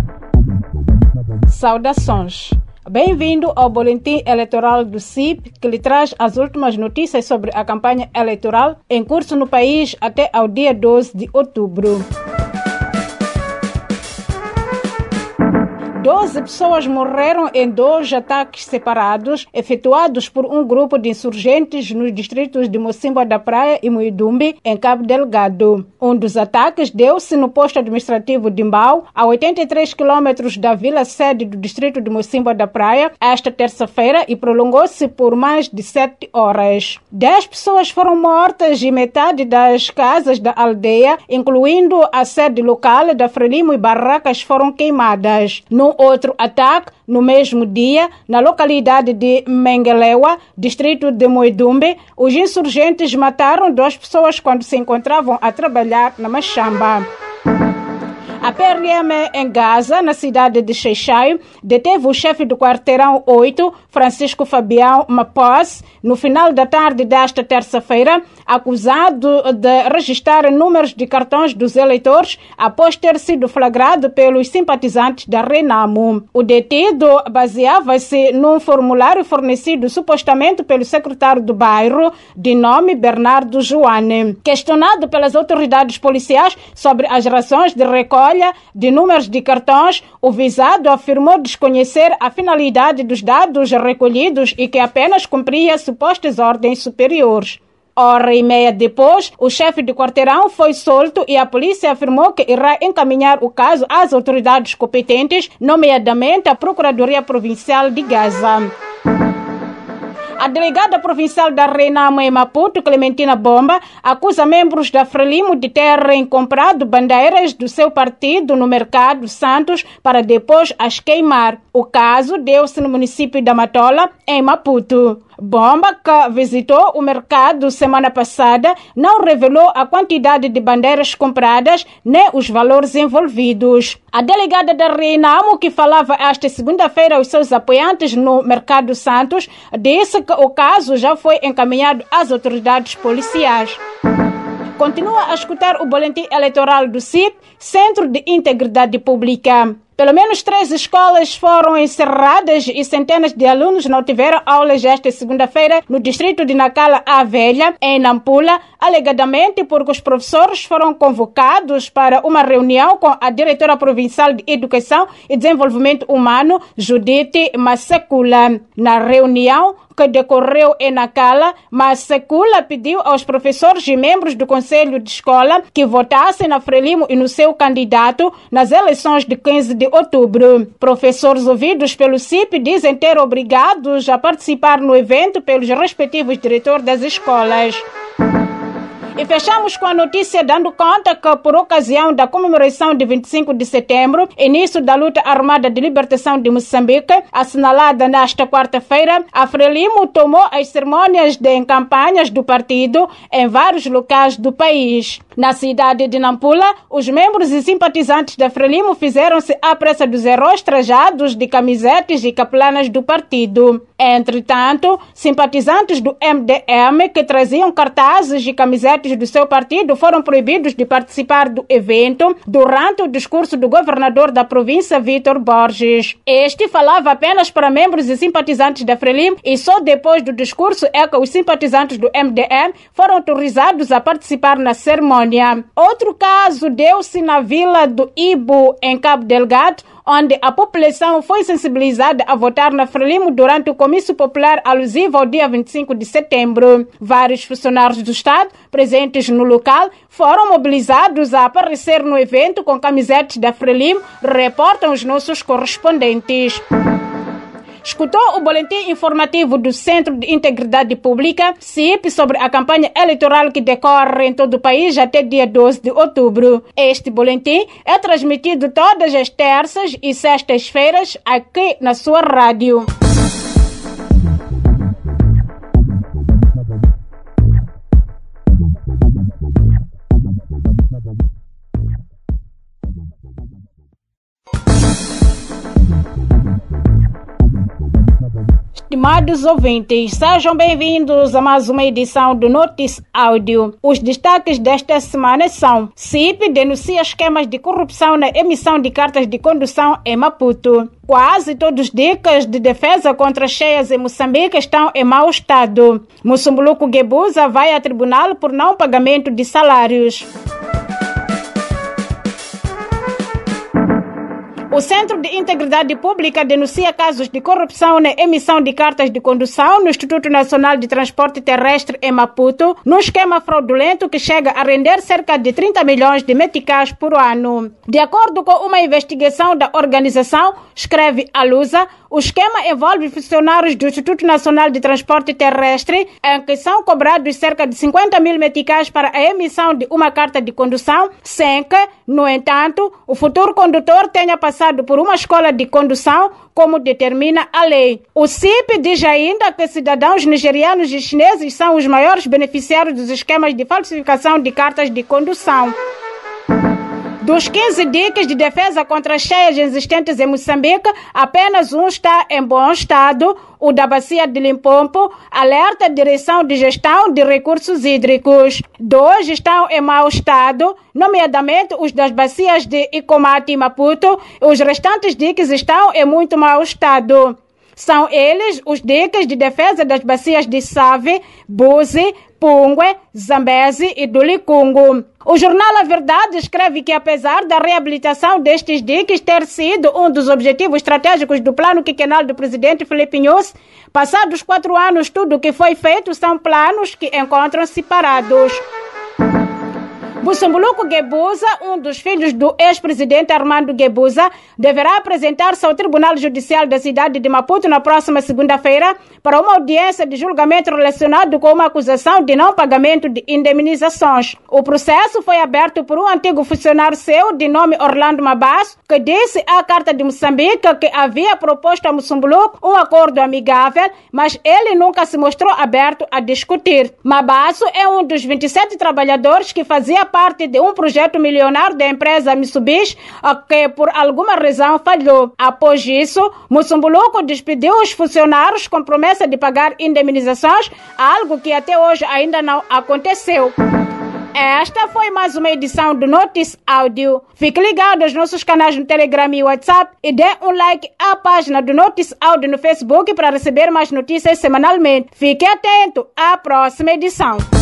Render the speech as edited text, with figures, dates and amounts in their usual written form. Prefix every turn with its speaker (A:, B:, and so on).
A: Saudações. Bem-vindo ao Boletim Eleitoral do CIP, que lhe traz as últimas notícias sobre a campanha eleitoral em curso no país até ao dia 12 de outubro. 12 pessoas morreram em 2 ataques separados efetuados por um grupo de insurgentes nos distritos de Mocimboa da Praia e Muidumbi, em Cabo Delgado. Um dos ataques deu-se no posto administrativo de Mbau, a 83 quilômetros da vila sede do distrito de Mocimboa da Praia, esta terça-feira, e prolongou-se por mais de 7 horas. 10 pessoas foram mortas e metade das casas da aldeia, incluindo a sede local da Frelimo e barracas, foram queimadas. No outro ataque, no mesmo dia, na localidade de Menguelewa, distrito de Muidumbi, os insurgentes mataram 2 pessoas quando se encontravam a trabalhar na machamba. A PRM em Gaza, na cidade de Xai-Xai, deteve o chefe do quarteirão 8, Francisco Fabião Mapos, no final da tarde desta terça-feira, acusado de registrar números de cartões dos eleitores após ter sido flagrado pelos simpatizantes da Renamo. O detido baseava-se num formulário fornecido supostamente pelo secretário do bairro, de nome Bernardo Joane. Questionado pelas autoridades policiais sobre as razões de recolha de números de cartões, o visado afirmou desconhecer a finalidade dos dados recolhidos e que apenas cumpria supostas ordens superiores. Hora e meia depois, o chefe de quarteirão foi solto e a polícia afirmou que irá encaminhar o caso às autoridades competentes, nomeadamente à Procuradoria Provincial de Gaza. A delegada provincial da Renamo em Maputo, Clementina Bomba, acusa membros da Frelimo de terem comprado bandeiras do seu partido no Mercado Santos para depois as queimar. O caso deu-se no município da Matola, em Maputo. Bomba, que visitou o mercado semana passada, não revelou a quantidade de bandeiras compradas nem os valores envolvidos. A delegada da Renamo, que falava esta segunda-feira aos seus apoiantes no Mercado Santos, disse que o caso já foi encaminhado às autoridades policiais. Continua a escutar o boletim eleitoral do CIP, Centro de Integridade Pública. Pelo menos 3 escolas foram encerradas e centenas de alunos não tiveram aulas esta segunda-feira no distrito de Nacala à Velha, em Nampula, alegadamente porque os professores foram convocados para uma reunião com a diretora provincial de Educação e Desenvolvimento Humano, Judite Massekula. Na reunião que decorreu em Nacala, Massekula pediu aos professores e membros do Conselho de Escola que votassem na Frelimo e no seu candidato nas eleições de 15 de outubro. Professores ouvidos pelo CIP dizem ter obrigados a participar no evento pelos respectivos diretores das escolas. E fechamos com a notícia dando conta que, por ocasião da comemoração de 25 de setembro, início da luta armada de libertação de Moçambique, assinalada nesta quarta-feira, a Frelimo tomou as cerimônias de campanhas do partido em vários locais do país. Na cidade de Nampula, os membros e simpatizantes da Frelimo fizeram-se à pressa dos heróis trajados de camisetes e capelanas do partido. Entretanto, simpatizantes do MDM que traziam cartazes e camisetes do seu partido foram proibidos de participar do evento durante o discurso do governador da província, Vítor Borges. Este falava apenas para membros e simpatizantes da Frelimo e só depois do discurso é que os simpatizantes do MDM foram autorizados a participar na cerimônia. Outro caso deu-se na vila do Ibu, em Cabo Delgado, onde a população foi sensibilizada a votar na Frelimo durante o comício popular alusivo ao dia 25 de setembro. Vários funcionários do Estado presentes no local foram mobilizados a aparecer no evento com camisetes da Frelimo, reportam os nossos correspondentes. Escutou o boletim informativo do Centro de Integridade Pública, CIP, sobre a campanha eleitoral que decorre em todo o país até dia 12 de outubro. Este boletim é transmitido todas as terças e sextas-feiras aqui na sua rádio. Estimados ouvintes, sejam bem-vindos a mais uma edição do Notice Áudio. Os destaques desta semana são: CIP denuncia esquemas de corrupção na emissão de cartas de condução em Maputo. Quase todos os dicas de defesa contra cheias em Moçambique estão em mau estado. Musumbuluku Gebuza vai a tribunal por não pagamento de salários. O Centro de Integridade Pública denuncia casos de corrupção na emissão de cartas de condução no Instituto Nacional de Transporte Terrestre em Maputo, num esquema fraudulento que chega a render cerca de 30 milhões de meticais por ano. De acordo com uma investigação da organização, escreve a Lusa, o esquema envolve funcionários do Instituto Nacional de Transporte Terrestre, em que são cobrados cerca de 50 mil meticais para a emissão de uma carta de condução, sem que, no entanto, o futuro condutor tenha passado por uma escola de condução, como determina a lei. O CIP diz ainda que cidadãos nigerianos e chineses são os maiores beneficiários dos esquemas de falsificação de cartas de condução. Dos 15 dicas de defesa contra as cheias existentes em Moçambique, apenas um está em bom estado, o da Bacia de Limpopo, alerta a Direção de Gestão de Recursos Hídricos. 2 estão em mau estado, nomeadamente os das bacias de Icomati e Maputo, e os restantes diques estão em muito mau estado. São eles os diques de defesa das bacias de Save, Buzi, Pungue, Zambezi e do Licungo. O jornal A Verdade escreve que, apesar da reabilitação destes diques ter sido um dos objetivos estratégicos do plano quinquenal do presidente Filipe Nyusi, passados 4 anos tudo o que foi feito são planos que encontram-se parados. Musumbuluku Gebuza, um dos filhos do ex-presidente Armando Gebuza, deverá apresentar-se ao Tribunal Judicial da cidade de Maputo na próxima segunda-feira para uma audiência de julgamento relacionado com uma acusação de não pagamento de indemnizações. O processo foi aberto por um antigo funcionário seu de nome Orlando Mabasso, que disse à Carta de Moçambique que havia proposto a Musumbuluku um acordo amigável, mas ele nunca se mostrou aberto a discutir. Mabasso é um dos 27 trabalhadores que fazia parte de um projeto milionário da empresa Mitsubishi, que por alguma razão falhou. Após isso, Musumbuluku despediu os funcionários com promessa de pagar indemnizações, algo que até hoje ainda não aconteceu. Esta foi mais uma edição do Notice Áudio. Fique ligado aos nossos canais no Telegram e WhatsApp e dê um like à página do Notice Áudio no Facebook para receber mais notícias semanalmente. Fique atento à próxima edição.